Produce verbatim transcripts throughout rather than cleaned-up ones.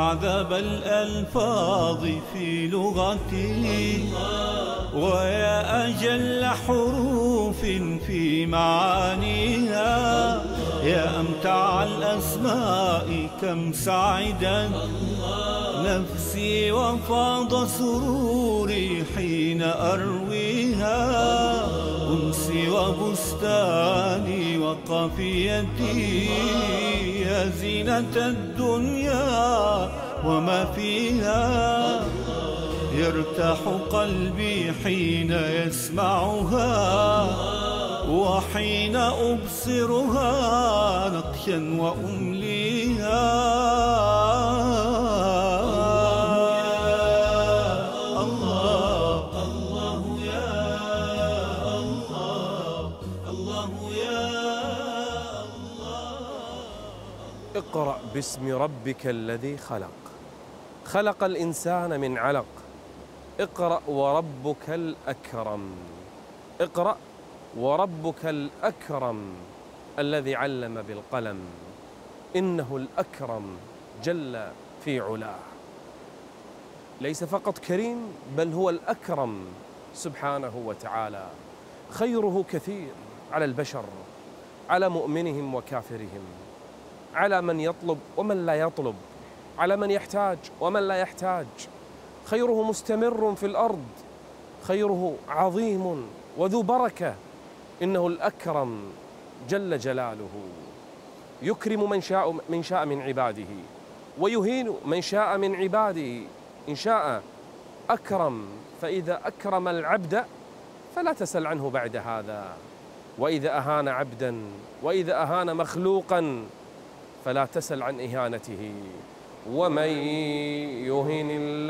أعذب الألفاظ في لغتي، ويا أجل حروف في معانيها، يا أمتع الأسماء كم سعدت نفسي وفاض سروري حين أرويها، أنسي وبستاني وقافيتي، يا زينة الدنيا وما فيها، يرتاح قلبي حين يسمعها، وحين أبصرها نقشا وأمليها. الله الله يا الله، الله يا الله. اقرأ باسم ربك الذي خلق، خلق الإنسان من علق، اقرأ وربك الأكرم، اقرأ وربك الأكرم الذي علم بالقلم، إنه الأكرم جل في علاه. ليس فقط كريم بل هو الأكرم سبحانه وتعالى. خيره كثير على البشر، على مؤمنهم وكافرهم، على من يطلب ومن لا يطلب، على من يحتاج ومن لا يحتاج. خيره مستمر في الأرض، خيره عظيم وذو بركة. إنه الأكرم جل جلاله، يكرم من شاء من شاء من عباده، ويهين من شاء من عباده. إن شاء أكرم، فإذا أكرم العبد فلا تسل عنه بعد هذا، وإذا أهان عبدا وإذا أهان مخلوقا فلا تسل عن إهانته. ومن يهن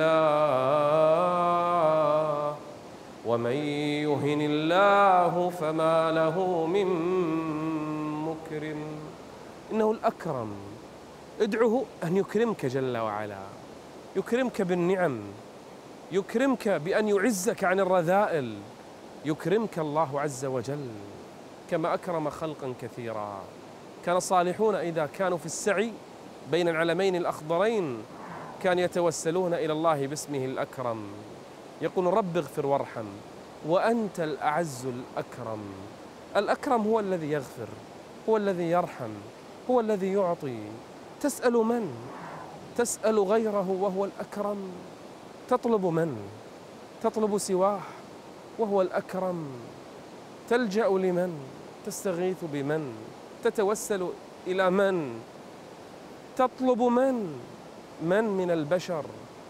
الله ومن يهن الله فما له من مكرم. إنه الأكرم، ادعه أن يكرمك جل وعلا، يكرمك بالنعم، يكرمك بأن يعزك عن الرذائل، يكرمك الله عز وجل كما أكرم خلقا كثيرا. كان الصالحون إذا كانوا في السعي بين العلمين الأخضرين كان يتوسلون إلى الله باسمه الأكرم، يقول رب اغفر وارحم وأنت الأعز الأكرم. الأكرم هو الذي يغفر، هو الذي يرحم، هو الذي يعطي. تسأل من؟ تسأل غيره وهو الأكرم. تطلب من؟ تطلب سواه وهو الأكرم. تلجأ لمن؟ تستغيث بمن؟ تتوسل إلى من؟ تطلب من؟ من من البشر؟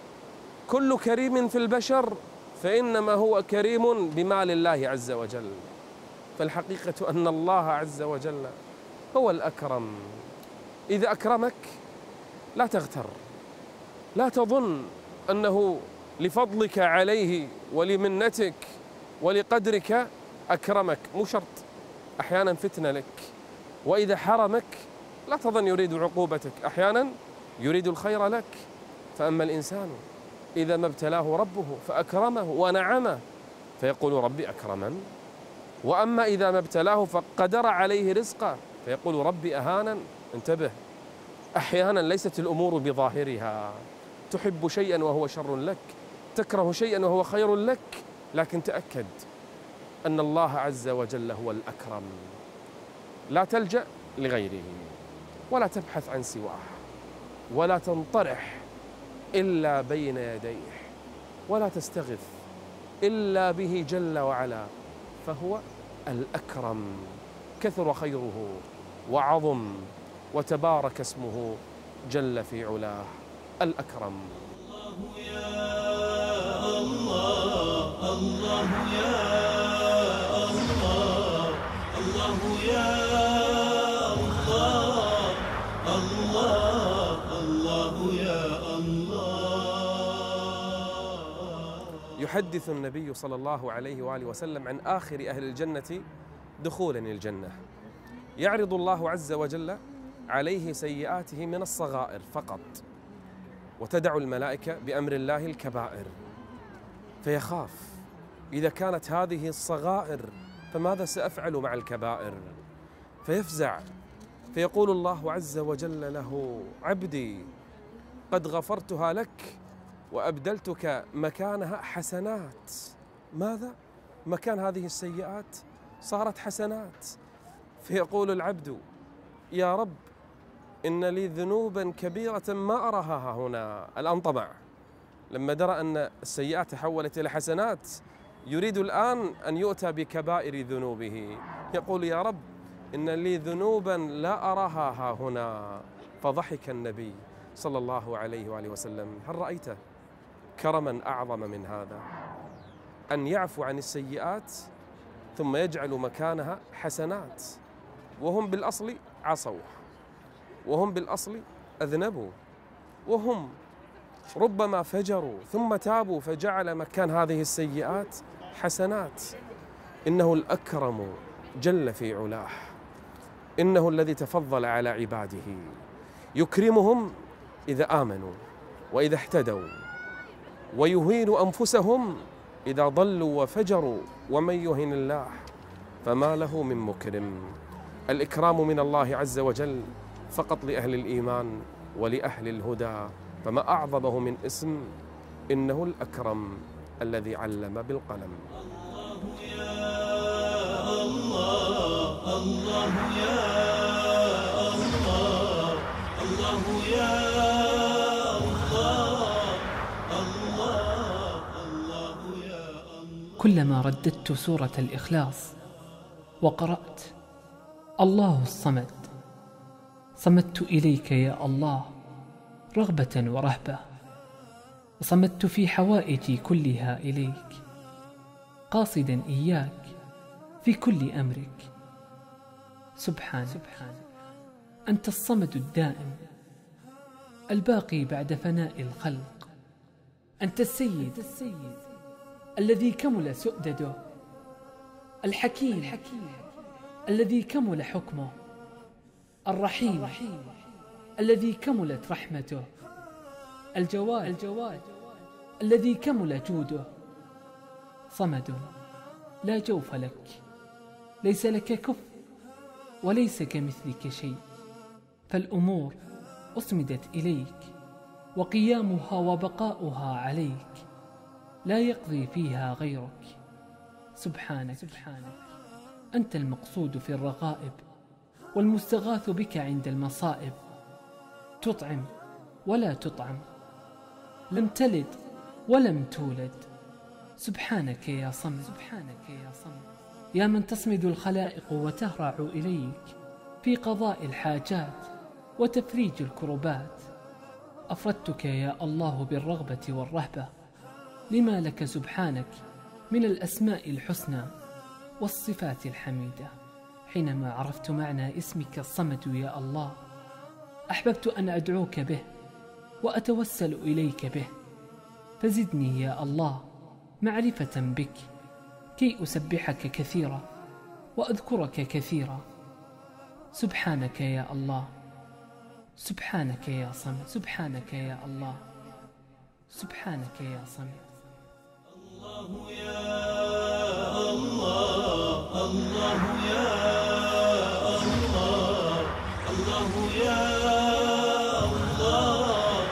كل كريم في البشر فإنما هو كريم بمال الله عز وجل. فالحقيقة أن الله عز وجل هو الأكرم. إذا أكرمك لا تغتر، لا تظن أنه لفضلك عليه ولمنتك ولقدرك أكرمك، مو شرط، أحيانا فتنة لك. وإذا حرمك لا تظن يريد عقوبتك، أحيانا يريد الخير لك. فأما الإنسان إذا ما ابتلاه ربه فأكرمه ونعمه فيقول ربي أكرمن، وأما إذا ما ابتلاه فقدر عليه رزقه فيقول ربي أهانا. انتبه، أحيانا ليست الأمور بظاهرها، تحب شيئا وهو شر لك، تكره شيئا وهو خير لك، لكن تأكد أن الله عز وجل هو الأكرم. لا تلجأ لغيره ولا تبحث عن سواه ولا تنطرح إلا بين يديه ولا تستغث إلا به جل وعلا، فهو الأكرم. كثر خيره وعظم وتبارك اسمه جل في علاه الأكرم. الله يا الله، الله يا الله، الله يا الله، الله الله يا الله. يحدث النبي صلى الله عليه وآله وسلم عن آخر أهل الجنة دخولا الجنة. يعرض الله عز وجل عليه سيئاته من الصغائر فقط، وتدع الملائكة بأمر الله الكبائر، فيخاف إذا كانت هذه الصغائر فماذا سأفعل مع الكبائر؟ فيفزع، فيقول الله عز وجل له عبدي قد غفرتها لك وأبدلتك مكانها حسنات. ماذا؟ مكان هذه السيئات صارت حسنات. فيقول العبد يا رب إن لي ذنوبا كبيرة ما أراها هنا. الآن طمع، لما درى أن السيئات تحولت إلى حسنات يريد الآن أن يؤتى بكبائر ذنوبه. يقول يا رب إن لي ذنوبا لا أراها ها هنا. فضحك النبي صلى الله عليه وآله وسلم. هل رأيت كرما أعظم من هذا؟ أن يعفو عن السيئات ثم يجعل مكانها حسنات، وهم بالأصل عصوا، وهم بالأصل أذنبوا، وهم ربما فجروا ثم تابوا فجعل مكان هذه السيئات حسنات. إنه الأكرم جل في علاه، إنه الذي تفضل على عباده، يكرمهم إذا آمنوا وإذا اهتدوا، ويهين أنفسهم إذا ضلوا وفجروا. ومن يهن الله فما له من مكرم. الإكرام من الله عز وجل فقط لأهل الإيمان ولأهل الهدى، فما أعظمه من اسم. إنه الأكرم الذي علم بالقلم. الله يا الله، الله يا الله، الله يا الله، الله الله يا الله. كلما رددت سورة الإخلاص وقرأت الله الصمد صمدت إليك يا الله رغبة ورهبة، وصمدت في حوائجي كلها إليك قاصدا إياك في كل أمرك. سبحانك أنت الصمد الدائم الباقي بعد فناء الخلق. أنت السيد الذي كمل سؤدده، الحكيم الذي كمل حكمه، الرحيم الذي كملت رحمته، الجواد الذي كمل جوده. صمد لا جوف لك، ليس لك كف وليس كمثلك شيء، فالأمور أصمدت إليك وقيامها وبقاؤها عليك، لا يقضي فيها غيرك. سبحانك أنت المقصود في الرغائب والمستغاث بك عند المصائب. تطعم ولا تطعم، لم تلد ولم تولد. سبحانك يا صمد، سبحانك يا صمد، يا من تصمد الخلائق وتهرع إليك في قضاء الحاجات وتفريج الكربات. أفردتك يا الله بالرغبة والرهبة لما لك سبحانك من الأسماء الحسنى والصفات الحميدة. حينما عرفت معنى اسمك الصمد يا الله أحببت أن أدعوك به وأتوسل إليك به، فزدني يا الله معرفة بك كي أسبحك كثيرا وأذكرك كثيرا. سبحانك يا الله، سبحانك يا صمد، سبحانك يا الله، سبحانك يا صمد. الله يا الله، الله يا الله، الله يا الله،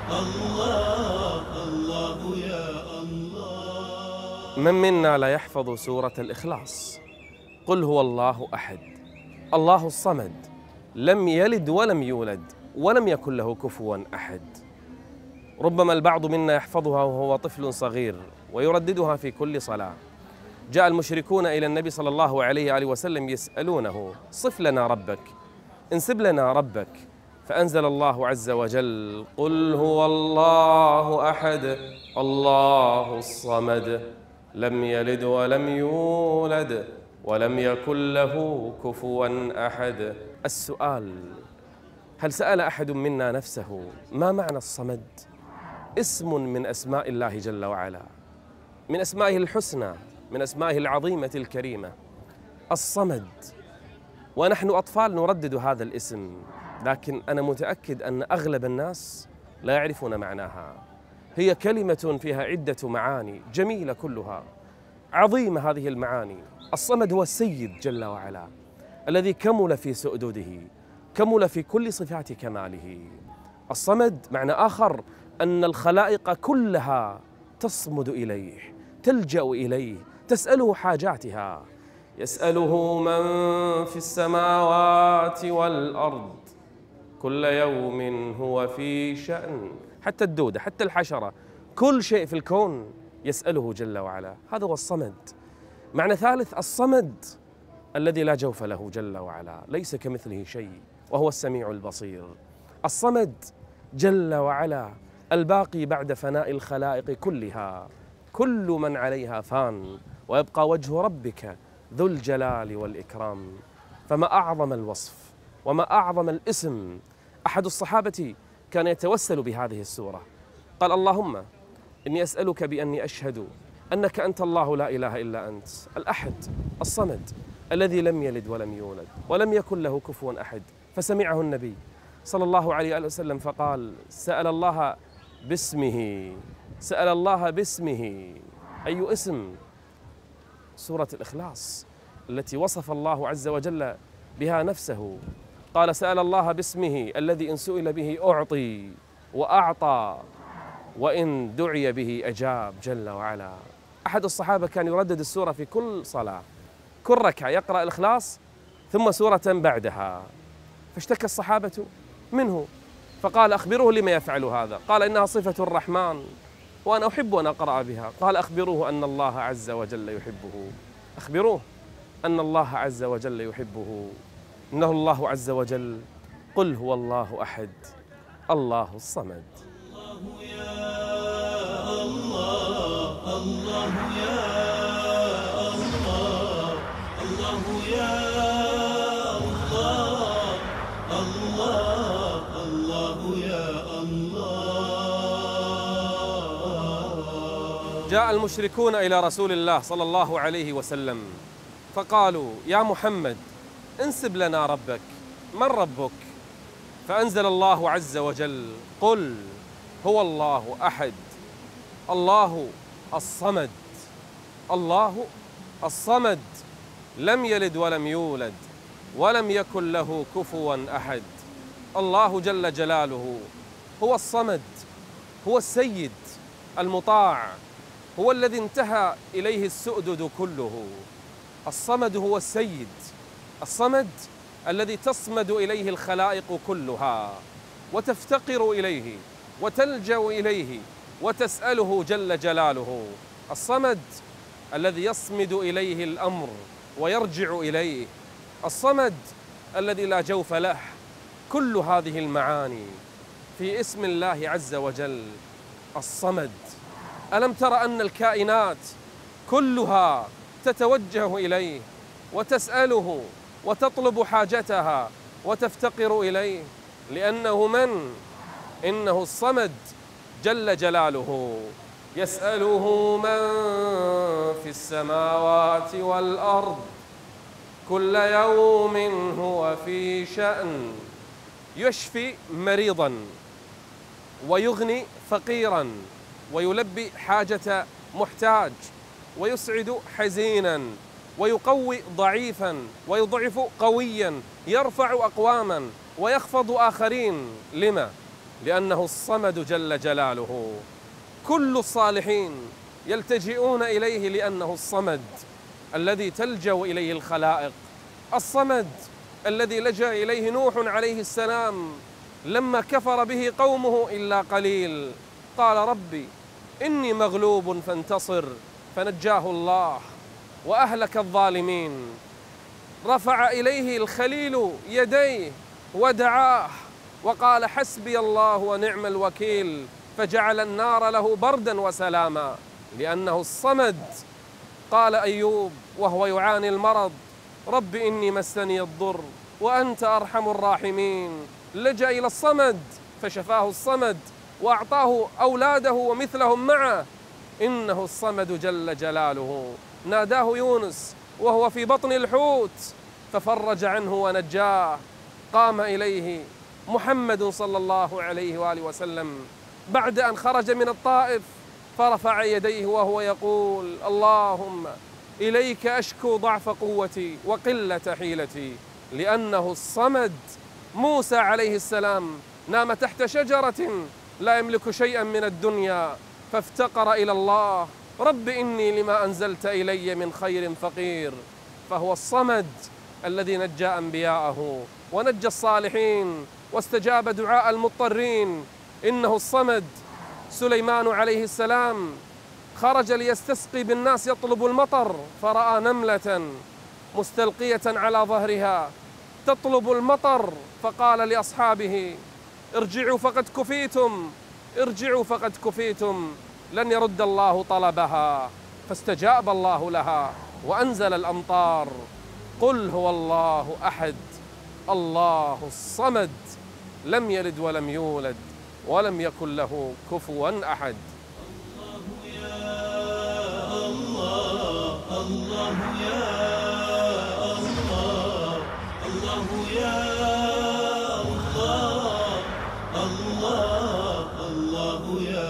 الله الله يا الله. من منا لا يحفظ سورة الإخلاص؟ قل هو الله أحد الله الصمد لم يلد ولم يولد ولم يكن له كفوا أحد. ربما البعض منا يحفظها وهو طفل صغير ويرددها في كل صلاة. جاء المشركون إلى النبي صلى الله عليه وآله وسلم يسألونه صف لنا ربك، انسب لنا ربك، فأنزل الله عز وجل قل هو الله أحد الله الصمد لم يلد ولم يولد ولم يكن له كفوا أحد. السؤال: هل سأل أحد منا نفسه ما معنى الصمد؟ اسم من أسماء الله جل وعلا، من أسمائه الحسنى، من أسمائه العظيمة الكريمة، الصمد. ونحن أطفال نردد هذا الاسم، لكن أنا متأكد أن أغلب الناس لا يعرفون معناها. هي كلمة فيها عدة معاني جميلة كلها عظيمة. هذه المعاني: الصمد هو السيد جل وعلا الذي كمل في سؤدده، كمل في كل صفات كماله. الصمد معنى آخر أن الخلائق كلها تصمد إليه، تلجأ إليه، تسأله حاجاتها. يسأله من في السماوات والأرض كل يوم هو في شأن. حتى الدودة، حتى الحشرة، كل شيء في الكون يسأله جل وعلا. هذا هو الصمد. معنى ثالث، الصمد الذي لا جوف له جل وعلا، ليس كمثله شيء وهو السميع البصير. الصمد جل وعلا الباقي بعد فناء الخلائق كلها. كل من عليها فان ويبقى وجه ربك ذو الجلال والإكرام. فما أعظم الوصف وما أعظم الاسم. أحد الصحابة كان يتوسل بهذه السورة، قال: اللهم إني أسألك بأني أشهد أنك أنت الله لا إله إلا أنت الأحد الصمد الذي لم يلد ولم يولد ولم يكن له كفوا أحد. فسمعه النبي صلى الله عليه وآله وسلم فقال: سأل الله باسمه، سأل الله باسمه. أي اسم؟ سورة الإخلاص التي وصف الله عز وجل بها نفسه. قال: سأل الله باسمه الذي إن سئل به أعطي وأعطى وإن دعي به أجاب جل وعلا. أحد الصحابة كان يردد السورة في كل صلاة، كل ركعة يقرأ الإخلاص ثم سورة بعدها. فاشتكى الصحابة منه فقال: أخبروه لما يفعل هذا. قال: إنها صفة الرحمن وأنا أحب أن أقرأ بها. قال: أخبروه أن الله عز وجل يحبه، أخبروه أن الله عز وجل يحبه. إنه الله عز وجل قل هو الله أحد الله الصمد. الله يا الله، الله يا الله، الله يا الله، الله، الله يا الله. جاء المشركون إلى رسول الله صلى الله عليه وسلم فقالوا: يا محمد انسب لنا ربك، من ربك؟ فأنزل الله عز وجل: قل هو الله أحد الله الصمد، الله الصمد لم يلد ولم يولد ولم يكن له كفوا أحد. الله جل جلاله هو الصمد، هو السيد المطاع، هو الذي انتهى إليه السؤدد كله. الصمد هو السيد، الصمد الذي تصمد إليه الخلائق كلها وتفتقر إليه وتلجأ إليه وتسأله جل جلاله. الصمد الذي يصمد إليه الأمر ويرجع إليه، الصمد الذي لا جوف له. كل هذه المعاني في اسم الله عز وجل الصمد. ألم تر أن الكائنات كلها تتوجه إليه وتسأله وتطلب حاجتها وتفتقر إليه؟ لأنه من؟ إنه الصمد جل جلاله. يسأله من في السماوات والأرض كل يوم هو في شأن. يشفي مريضا ويغني فقيرا ويلبي حاجة محتاج ويسعد حزينا ويقوي ضعيفا ويضعف قويا، يرفع أقواما ويخفض آخرين. لما؟ لأنه الصمد جل جلاله. كل الصالحين يلتجئون إليه لأنه الصمد الذي تلجأ إليه الخلائق، الصمد الذي لجأ إليه نوح عليه السلام لما كفر به قومه إلا قليل. قال: ربي إني مغلوب فانتصر، فنجاه الله وأهلك الظالمين. رفع إليه الخليل يديه ودعاه وقال: حسبي الله ونعم الوكيل، فجعل النار له بردا وسلاما، لأنه الصمد. قال أيوب وهو يعاني المرض: رب إني مسني الضر وأنت أرحم الراحمين. لجأ إلى الصمد فشفاه الصمد وأعطاه أولاده ومثلهم معه. إنه الصمد جل جلاله. ناداه يونس وهو في بطن الحوت ففرج عنه ونجاه. قام إليه محمد صلى الله عليه وآله وسلم بعد أن خرج من الطائف فرفع يديه وهو يقول: اللهم إليك أشكو ضعف قوتي وقلة حيلتي، لأنه الصمد. موسى عليه السلام نام تحت شجرة لا يملك شيئا من الدنيا فافتقر إلى الله: رب إني لما أنزلت إلي من خير فقير. فهو الصمد الذي نجى أنبياءه ونجى الصالحين واستجاب دعاء المضطرين. إنه الصمد. سليمان عليه السلام خرج ليستسقي بالناس يطلب المطر، فرأى نملة مستلقية على ظهرها تطلب المطر، فقال لأصحابه: ارجعوا فقد كفيتم، ارجعوا فقد كفيتم، لن يرد الله طلبها. فاستجاب الله لها وأنزل الأمطار. قل هو الله أحد الله الصمد لم يلد ولم يولد ولم يكن له كفوا أحد. الله الله يا الله الله يا الله الله الله يا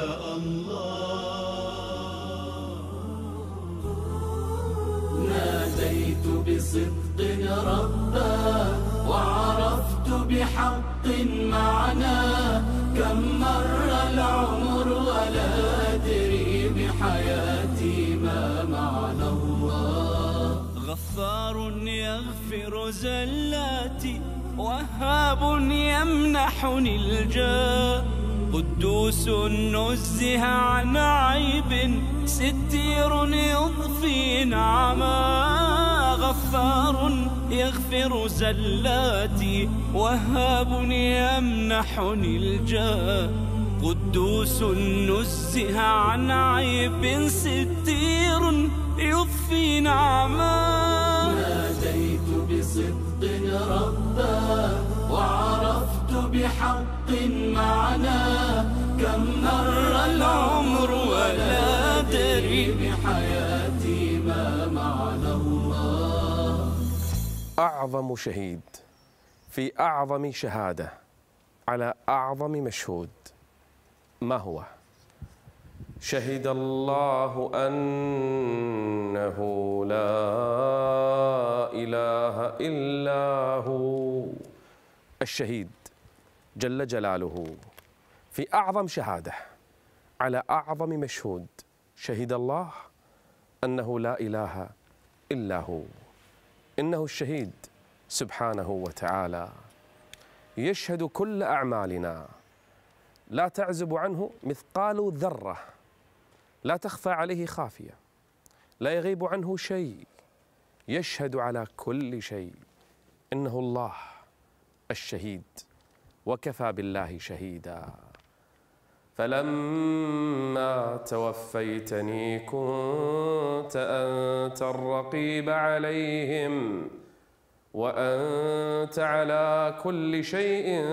الله. ناديت بصدق ربا وعرفت بحق معناه، كم مر العمر ولا أدري بحياتي ما معنى الله. غفار يغفر زلاتي، وهاب يمنحني الجاه، قدوس نزه عن عيب، ستير يضفي نعما. غفار يغفر زلاتي، وهاب يمنحني الجاه، قدوس نزه عن عيب، ستير يضفي نعما. ناديت بصدق ربا وعرفت بحق معناه، كم مر العمر ولا أدري بحياتي ما معنى الله. أعظم شهيد في أعظم شهادة على أعظم مشهود ما هو؟ شهد الله أنه لا إله إلا هو. الشهيد جل جلاله في أعظم شهادة على أعظم مشهود، شهد الله أنه لا إله إلا هو. إنه الشهيد سبحانه وتعالى يشهد كل أعمالنا، لا تعزب عنه مثقال ذرة، لا تخفى عليه خافية، لا يغيب عنه شيء، يشهد على كل شيء. إنه الله الشهيد، وكفى بالله شهيدا. فلما توفيتني كنت أنت الرقيب عليهم وأنت على كل شيء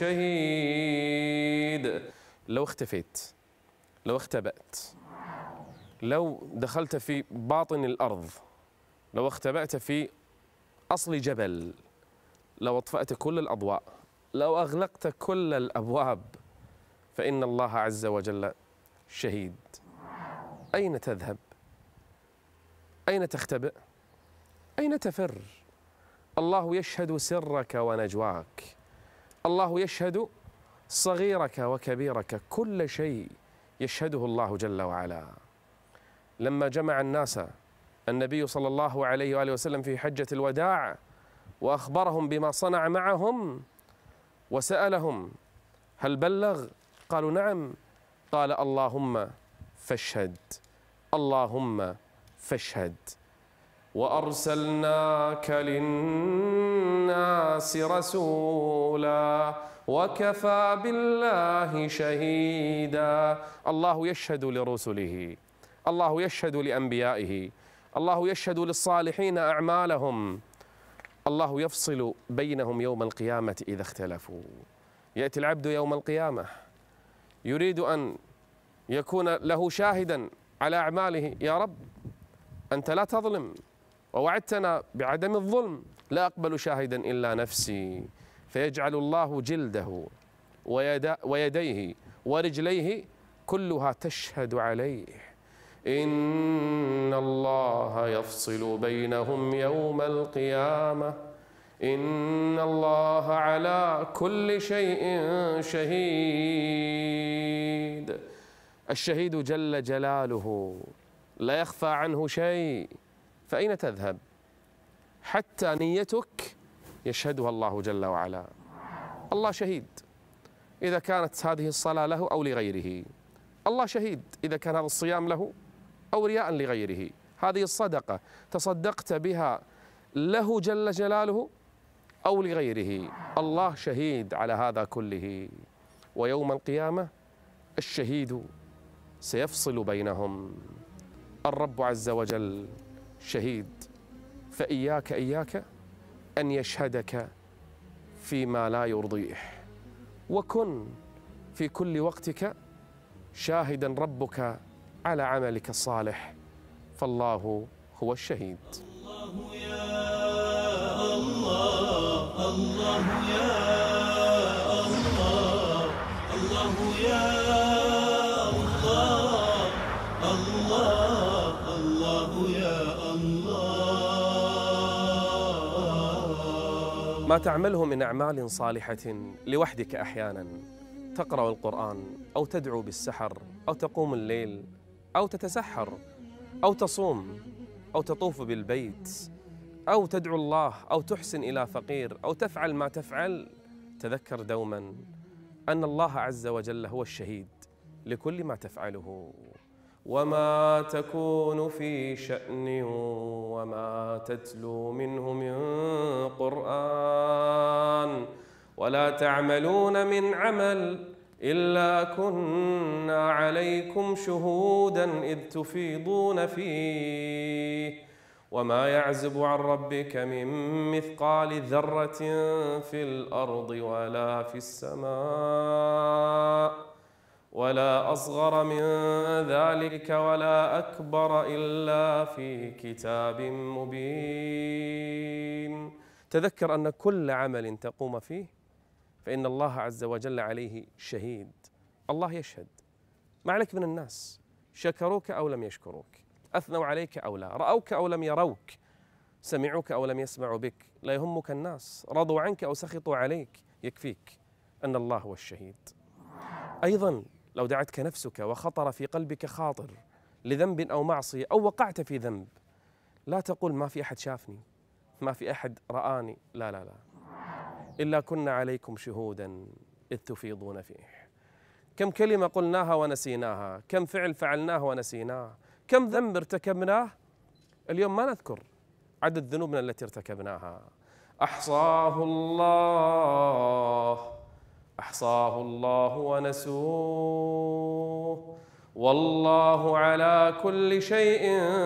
شهيد. لو اختفيت، لو اختبأت، لو دخلت في باطن الأرض، لو اختبأت في أصل جبل، لو أطفأت كل الأضواء، لو أغلقت كل الأبواب، فإن الله عز وجل شهيد. أين تذهب؟ أين تختبئ؟ أين تفر؟ الله يشهد سرك ونجواك، الله يشهد صغيرك وكبيرك، كل شيء يشهده الله جل وعلا. لما جمع الناس النبي صلى الله عليه وآله وسلم في حجة الوداع وأخبرهم بما صنع معهم وسألهم: هل بلغ؟ قالوا: نعم. قال: اللهم فاشهد، اللهم فاشهد، وأرسلناك للناس رسولا وكفى بالله شهيدا. الله يشهد لرسله، الله يشهد لأنبيائه، الله يشهد للصالحين أعمالهم، الله يفصل بينهم يوم القيامة إذا اختلفوا. يأتي العبد يوم القيامة يريد أن يكون له شاهدا على أعماله: يا رب أنت لا تظلم ووعدتنا بعدم الظلم، لا أقبل شاهدا إلا نفسي. فيجعل الله جلده ويديه ورجليه كلها تشهد عليه. إن الله يفصل بينهم يوم القيامة إن الله على كل شيء شهيد. الشهيد جل جلاله لا يخفى عنه شيء، فأين تذهب؟ حتى نيتك يشهدها الله جل وعلا. الله شهيد إذا كانت هذه الصلاة له أو لغيره، الله شهيد إذا كان هذا الصيام له أو رياء لغيره، هذه الصدقة تصدقت بها له جل جلاله أو لغيره، الله شهيد على هذا كله. ويوم القيامة الشهيد سيفصل بينهم. الرب عز وجل شهيد، فإياك إياك أن يشهدك فيما لا يرضيه، وكن في كل وقتك شاهدا ربك على عملك الصالح، فالله هو الشهيد. الله يا الله، الله يا الله، الله يا الله، الله الله يا الله. ما تعمله من أعمال صالحة لوحدك أحيانا، تقرأ القرآن أو تدعو بالسحر أو تقوم الليل أو تتسحر أو تصوم أو تطوف بالبيت أو تدعو الله أو تحسن إلى فقير أو تفعل ما تفعل، تذكر دوما أن الله عز وجل هو الشهيد لكل ما تفعله. وما تكون في شأن وما تتلو منه من قرآن ولا تعملون من عمل إلا كنا عليكم شهودا إذ تفيضون فيه وما يعزب عن ربك من مثقال ذرة في الأرض ولا في السماء ولا أصغر من ذلك ولا أكبر إلا في كتاب مبين. تذكر أن كل عمل تقوم فيه فإن الله عز وجل عليه شهيد. الله يشهد. ما عليك من الناس، شكروك أو لم يشكروك، أثنوا عليك أو لا، رأوك أو لم يروك، سمعوك أو لم يسمعوا بك، لا يهمك الناس، رضوا عنك أو سخطوا عليك، يكفيك أن الله هو الشهيد. أيضا لو دعتك نفسك وخطر في قلبك خاطر لذنب أو معصية أو وقعت في ذنب، لا تقول ما في أحد شافني، ما في أحد رآني، لا لا لا، إلا كنا عليكم شهودا إذ تفيضون فيه. كم كلمة قلناها ونسيناها، كم فعل فعلناه ونسيناه، كم ذنب ارتكبناه اليوم ما نذكر عدد ذنوبنا التي ارتكبناها. أحصاه الله أحصاه الله ونسوه والله على كل شيء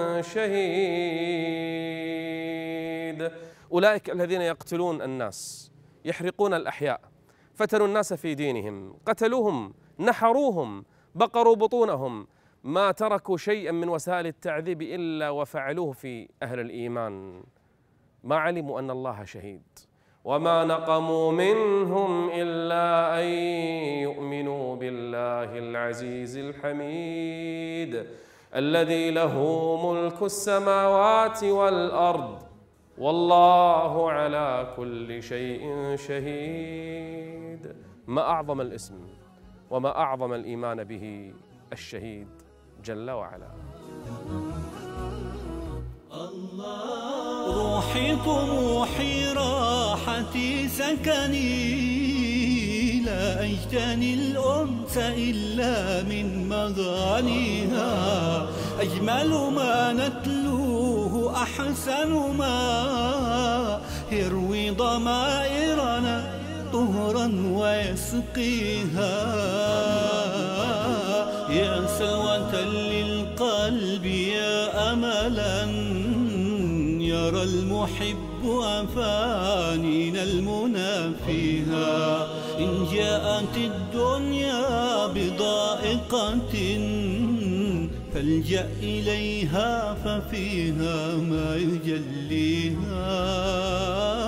شهيد. أولئك الذين يقتلون الناس، يحرقون الأحياء، فتنوا الناس في دينهم، قتلوهم، نحروهم، بقروا بطونهم، ما تركوا شيئا من وسائل التعذيب إلا وفعلوه في أهل الإيمان. ما علموا أن الله شهيد. وما نقموا منهم إلا أن يؤمنوا بالله العزيز الحميد الذي له ملك السماوات والأرض والله على كل شيء شهيد. ما أعظم الاسم وما أعظم الإيمان به الشهيد جل وعلا. روحي طموحي راحتي سكني لا أجتني الأنس إلا من مغانيها أجمل ما نتلوه أحسن ما يروي ضمائرنا طهرا ويسقيها يا سلوة للقلب يا أملا يرى المحب أفانينا المنى فيها إن جاءت الدنيا بضائقة فالجأ إليها ففيها ما يجليها